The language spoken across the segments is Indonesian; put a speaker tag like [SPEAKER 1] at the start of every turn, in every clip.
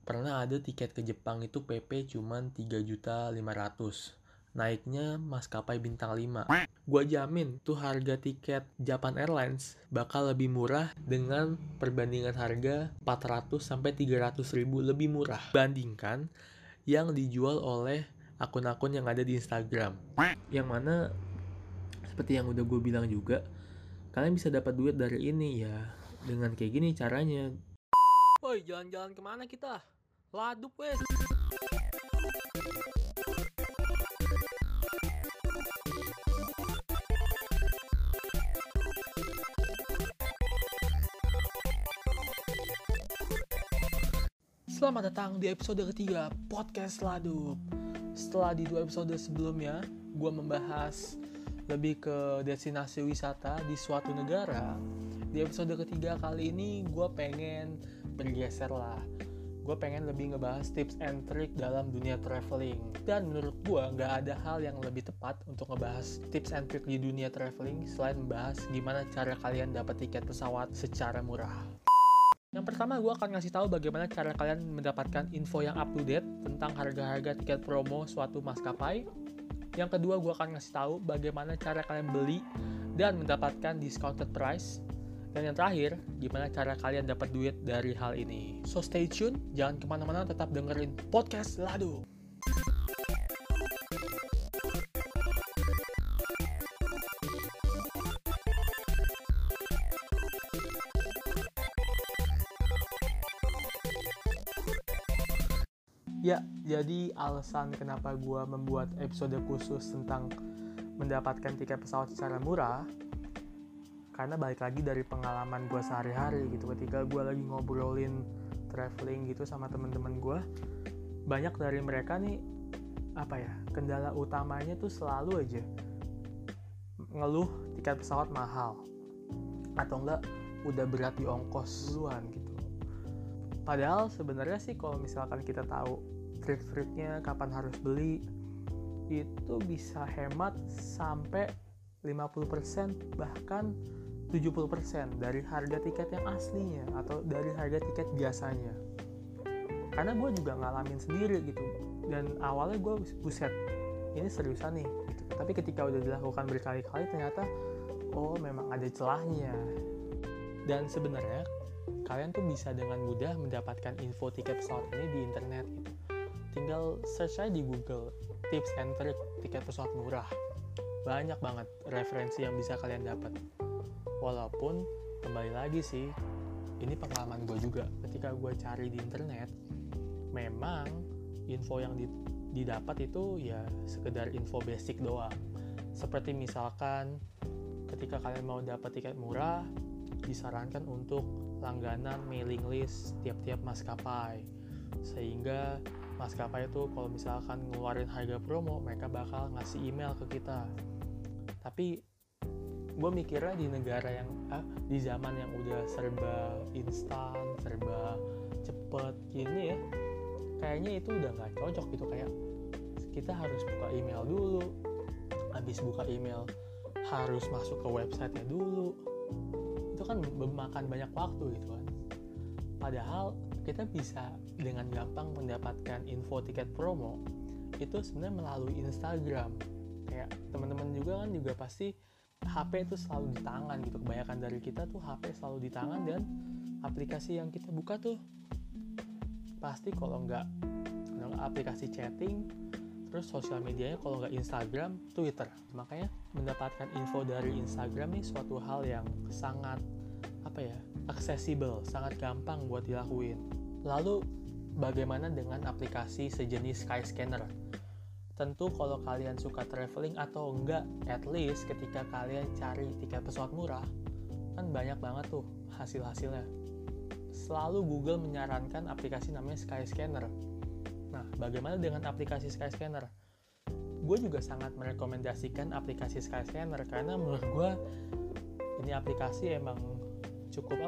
[SPEAKER 1] Pernah ada tiket ke Jepang itu PP cuman 3.500.000. Naiknya maskapai bintang 5. Gua jamin tuh harga tiket Japan Airlines bakal lebih murah dengan perbandingan harga 400 sampai 300 ribu lebih murah bandingkan yang dijual oleh akun-akun yang ada di Instagram. Yang mana seperti yang udah gue bilang juga, kalian bisa dapat duit dari ini ya dengan kayak gini caranya. Woi, jalan-jalan kemana kita? Ladup wes. Selamat datang di episode ketiga Podcast Ladup. Setelah di 2 episode sebelumnya, gue membahas lebih ke destinasi wisata di suatu negara. Di episode ketiga kali ini, gue pengen bergeser lah. Gue pengen lebih ngebahas tips and trick dalam dunia traveling. Dan menurut gue, gak ada hal yang lebih tepat untuk ngebahas tips and trick di dunia traveling selain membahas gimana cara kalian dapat tiket pesawat secara murah. Yang pertama, gue akan ngasih tahu bagaimana cara kalian mendapatkan info yang up to date tentang harga-harga tiket promo suatu maskapai. Yang kedua, gue akan ngasih tahu bagaimana cara kalian beli dan mendapatkan discounted price. Dan yang terakhir, gimana cara kalian dapat duit dari hal ini. So stay tune, jangan kemana-mana, tetap dengerin Podcast Ladu. Ya, jadi alasan kenapa gue membuat episode khusus tentang mendapatkan tiket pesawat secara murah, karena balik lagi dari pengalaman gue sehari-hari gitu. Ketika gue lagi ngobrolin traveling gitu sama teman-teman gue, banyak dari mereka nih, kendala utamanya tuh selalu aja ngeluh tiket pesawat mahal, atau enggak udah berat di ongkos duluan gitu. Padahal sebenarnya sih kalau misalkan kita tahu trik-triknya kapan harus beli, itu bisa hemat sampai 50% bahkan 70% dari harga tiket yang aslinya atau dari harga tiket biasanya. Karena gue juga ngalamin sendiri gitu. Dan awalnya gue buset, ini seriusan nih gitu. Tapi ketika udah dilakukan berkali-kali ternyata memang ada celahnya. Dan sebenarnya kalian tuh bisa dengan mudah mendapatkan info tiket pesawat ini di internet gitu. Tinggal search aja di Google, tips and trick tiket pesawat murah. Banyak banget referensi yang bisa kalian dapat. Walaupun, kembali lagi sih, ini pengalaman gue juga. Ketika gue cari di internet, memang info yang didapat itu ya sekedar info basic doang. Seperti misalkan, ketika kalian mau dapat tiket murah, disarankan untuk langganan mailing list tiap-tiap maskapai, sehingga maskapai itu kalau misalkan ngeluarin harga promo, mereka bakal ngasih email ke kita. Tapi gue mikirnya di negara yang di zaman yang udah serba instan, serba cepet gini ya, kayaknya itu udah nggak cocok gitu. Kayak kita harus buka email dulu, habis buka email harus masuk ke websitenya dulu. Itu kan memakan banyak waktu gitu kan. Padahal kita bisa dengan gampang mendapatkan info tiket promo itu sebenarnya melalui Instagram. Kayak teman-teman juga kan juga pasti HP itu selalu di tangan gitu. Kebanyakan dari kita tuh HP selalu di tangan, dan aplikasi yang kita buka tuh pasti kalau nggak aplikasi chatting, terus sosial medianya kalau nggak Instagram, Twitter. Makanya mendapatkan info dari Instagram nih suatu hal yang sangat aksesibel, sangat gampang buat dilakuin. Lalu bagaimana dengan aplikasi sejenis Skyscanner? Tentu kalau kalian suka traveling atau enggak, at least ketika kalian cari tiket pesawat murah, kan banyak banget tuh hasil-hasilnya. Selalu Google menyarankan aplikasi namanya Skyscanner. Nah, bagaimana dengan aplikasi Skyscanner? Gue juga sangat merekomendasikan aplikasi Skyscanner karena menurut gue ini aplikasi emang cukup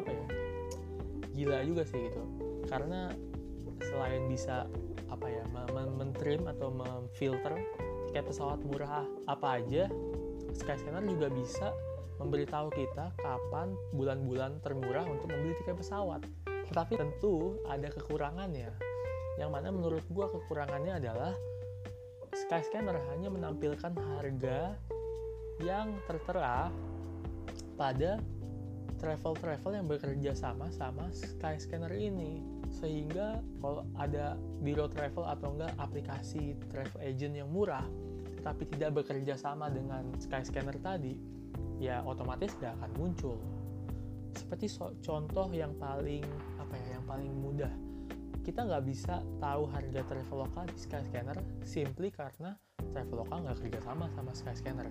[SPEAKER 1] gila juga sih gitu. Karena selain bisa mentrim atau memfilter tiket pesawat murah apa aja, Skyscanner juga bisa memberitahu kita kapan bulan-bulan termurah untuk membeli tiket pesawat. Tetapi tentu ada kekurangannya. Yang mana menurut gue kekurangannya adalah Skyscanner hanya menampilkan harga yang tertera pada travel yang bekerja sama Skyscanner ini, sehingga kalau ada biro travel atau enggak aplikasi travel agent yang murah tapi tidak bekerja sama dengan Skyscanner tadi, ya otomatis gak akan muncul. Seperti contoh yang paling mudah, kita nggak bisa tahu harga Traveloka di Skyscanner simply karena Traveloka nggak kerja sama Skyscanner.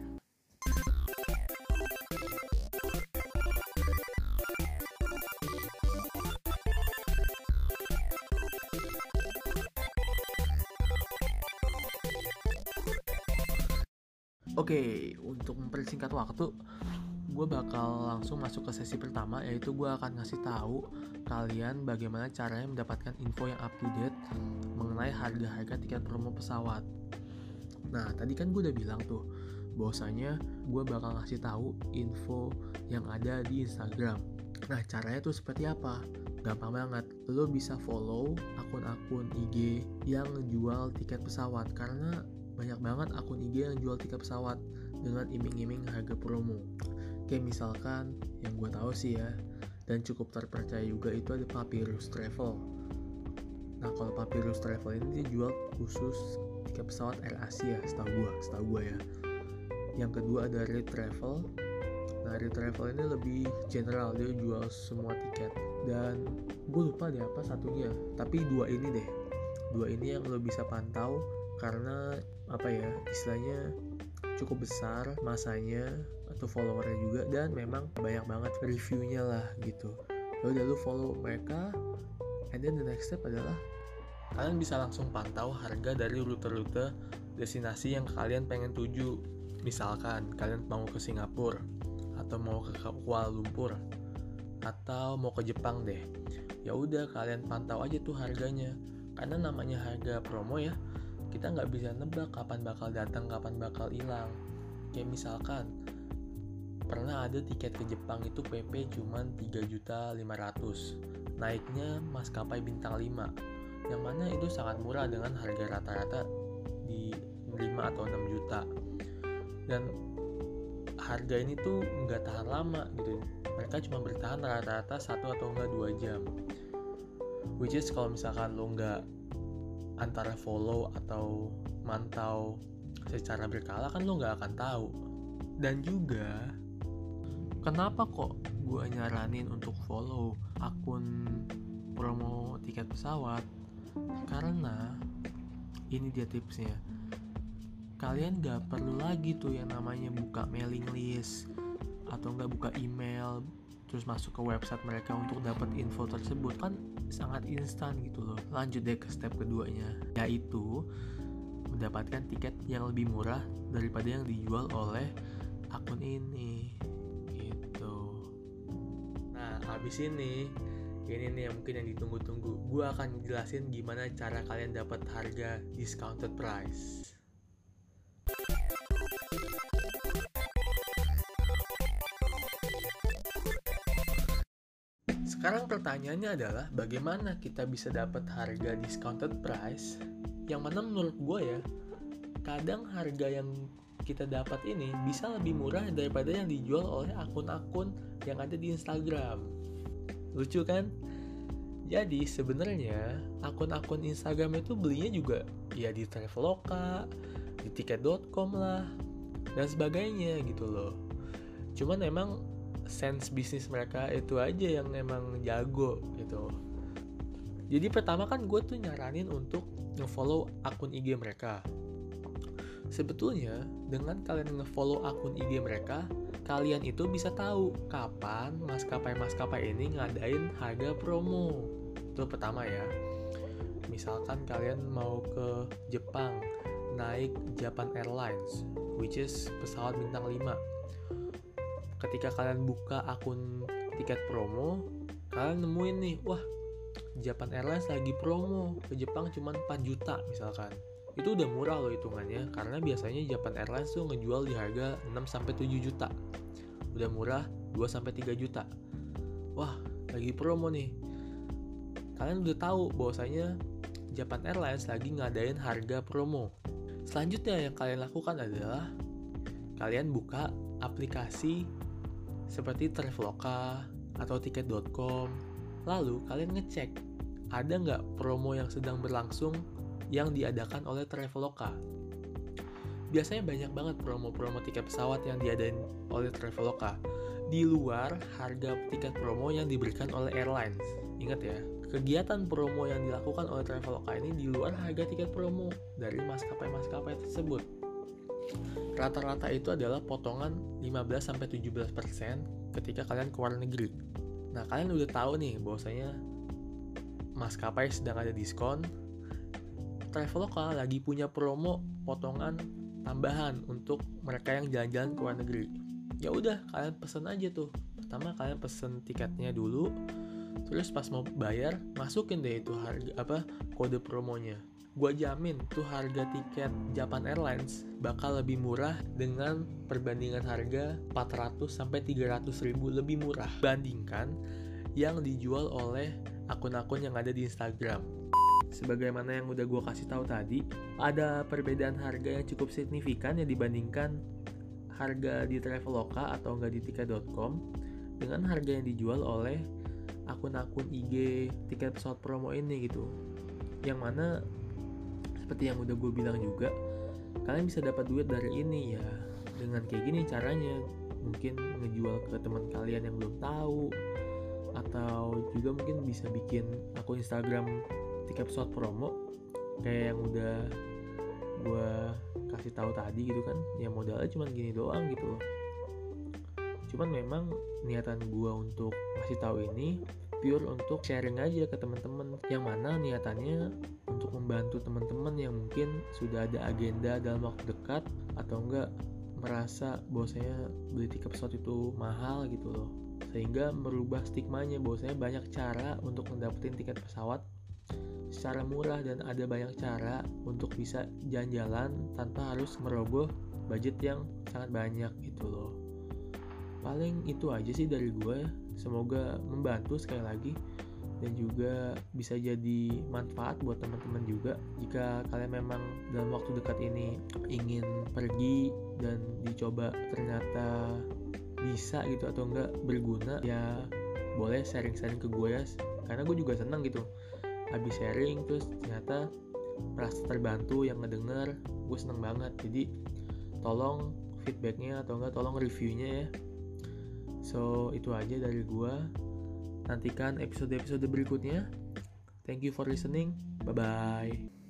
[SPEAKER 1] Oke, untuk mempersingkat waktu, gue bakal langsung masuk ke sesi pertama, yaitu gue akan ngasih tahu kalian bagaimana caranya mendapatkan info yang up to date mengenai harga-harga tiket promo pesawat. Nah, tadi kan gue udah bilang tuh bahwasanya gue bakal ngasih tahu info yang ada di Instagram. Nah, caranya tuh seperti apa? Gampang banget, lo bisa follow akun-akun IG yang jual tiket pesawat, karena banyak banget akun IG yang jual tiket pesawat dengan iming-iming harga promo. Kayak misalkan yang gue tahu sih ya, dan cukup terpercaya juga, itu ada Papyrus Travel. Nah, kalau Papyrus Travel ini dia jual khusus tiket pesawat Air Asia, setahu gue ya. Yang kedua ada Red Travel. Nah, Red Travel ini lebih general, dia jual semua tiket. Dan gue lupa deh apa satunya, tapi dua ini yang lo bisa pantau, karena istilahnya cukup besar masanya atau followernya juga, dan memang banyak banget reviewnya lah gitu. Udah lu follow mereka, and then the next step adalah kalian bisa langsung pantau harga dari rute-rute destinasi yang kalian pengen tuju. Misalkan kalian mau ke Singapura, atau mau ke Kuala Lumpur, atau mau ke Jepang deh. Ya udah, kalian pantau aja tuh harganya, karena namanya harga promo ya, kita nggak bisa nebak kapan bakal datang, kapan bakal hilang. Kayak misalkan pernah ada tiket ke Jepang itu PP cuman 3.500.000, naiknya maskapai bintang 5, yang mana itu sangat murah dengan harga rata-rata di 5 atau 6 juta. Dan harga ini tuh nggak tahan lama gitu, mereka cuma bertahan rata-rata 1 atau enggak 2 jam, which is kalau misalkan lo nggak antara follow atau mantau secara berkala, kan lo nggak akan tahu. Dan juga kenapa kok gue nyaranin untuk follow akun promo tiket pesawat, karena ini dia tipsnya, kalian gak perlu lagi tuh yang namanya buka mailing list atau nggak buka email terus masuk ke website mereka untuk dapat info tersebut. Kan sangat instan gitu loh. Lanjut deh ke step keduanya, yaitu mendapatkan tiket yang lebih murah daripada yang dijual oleh akun ini gitu. Nah, habis ini nih yang mungkin yang ditunggu-tunggu, gue akan jelasin gimana cara kalian dapat harga discounted price. Sekarang pertanyaannya adalah bagaimana kita bisa dapat harga discounted price, yang mana menurut gue ya, kadang harga yang kita dapat ini bisa lebih murah daripada yang dijual oleh akun-akun yang ada di Instagram. Lucu kan? Jadi sebenarnya akun-akun Instagram itu belinya juga ya di Traveloka, di tiket.com lah, dan sebagainya gitu loh. Cuman emang sense bisnis mereka itu aja yang emang jago gitu. Jadi pertama kan gue tuh nyaranin untuk nge-follow akun IG mereka. Sebetulnya dengan kalian nge-follow akun IG mereka, kalian itu bisa tahu kapan maskapai-maskapai ini ngadain harga promo. Itu pertama ya. Misalkan kalian mau ke Jepang, naik Japan Airlines, which is pesawat bintang 5. Ketika kalian buka akun tiket promo, kalian nemuin nih, wah, Japan Airlines lagi promo ke Jepang cuma 4 juta misalkan. Itu udah murah loh hitungannya, karena biasanya Japan Airlines tuh ngejual di harga 6-7 juta. Udah murah 2-3 juta. Wah, lagi promo nih. Kalian udah tahu bahwasanya Japan Airlines lagi ngadain harga promo. Selanjutnya yang kalian lakukan adalah kalian buka aplikasi seperti Traveloka atau tiket.com. Lalu kalian ngecek ada nggak promo yang sedang berlangsung yang diadakan oleh Traveloka. Biasanya banyak banget promo-promo tiket pesawat yang diadain oleh Traveloka di luar harga tiket promo yang diberikan oleh airlines. Ingat ya, kegiatan promo yang dilakukan oleh Traveloka ini di luar harga tiket promo dari maskapai-maskapai tersebut. Rata-rata itu adalah potongan 15-17% ketika kalian ke luar negeri. Nah, kalian udah tahu nih bahwasanya maskapai sedang ada diskon. Traveloka lagi punya promo potongan tambahan untuk mereka yang jalan-jalan ke luar negeri. Ya udah, kalian pesen aja tuh. Pertama kalian pesen tiketnya dulu, terus pas mau bayar masukin deh itu harga kode promonya. Gua jamin tuh harga tiket Japan Airlines bakal lebih murah dengan perbandingan harga 400-300 ribu lebih murah bandingkan yang dijual oleh akun-akun yang ada di Instagram. Sebagaimana yang udah gue kasih tahu tadi, ada perbedaan harga yang cukup signifikan yang dibandingkan harga di Traveloka atau enggak di tiket.com dengan harga yang dijual oleh akun-akun IG tiket pesawat promo ini gitu. Yang mana seperti yang udah gue bilang juga, kalian bisa dapat duit dari ini ya dengan kayak gini caranya. Mungkin ngejual ke teman kalian yang belum tahu, atau juga mungkin bisa bikin akun Instagram tiket pesawat promo kayak yang udah gue kasih tahu tadi gitu kan. Ya modalnya cuma gini doang gitu loh. Cuman memang niatan gue untuk kasih tahu ini pure untuk sharing aja ke teman-teman, yang mana niatannya untuk membantu teman-teman yang mungkin sudah ada agenda dalam waktu dekat atau enggak merasa bahwasanya beli tiket pesawat itu mahal gitu loh, sehingga merubah stigmanya bahwasanya banyak cara untuk mendapatkan tiket pesawat secara murah dan ada banyak cara untuk bisa jalan-jalan tanpa harus merogoh budget yang sangat banyak gitu loh. Paling itu aja sih dari gue. Semoga membantu sekali lagi dan juga bisa jadi manfaat buat teman-teman juga. Jika kalian memang dalam waktu dekat ini ingin pergi dan dicoba ternyata bisa gitu atau enggak berguna, ya boleh sharing-sharing ke gue ya, karena gue juga senang gitu habis sharing terus ternyata merasa terbantu yang ngedenger. Gue seneng banget, jadi tolong feedbacknya atau enggak tolong reviewnya ya. So itu aja dari gue. Nantikan episode-episode berikutnya. Thank you for listening. Bye bye.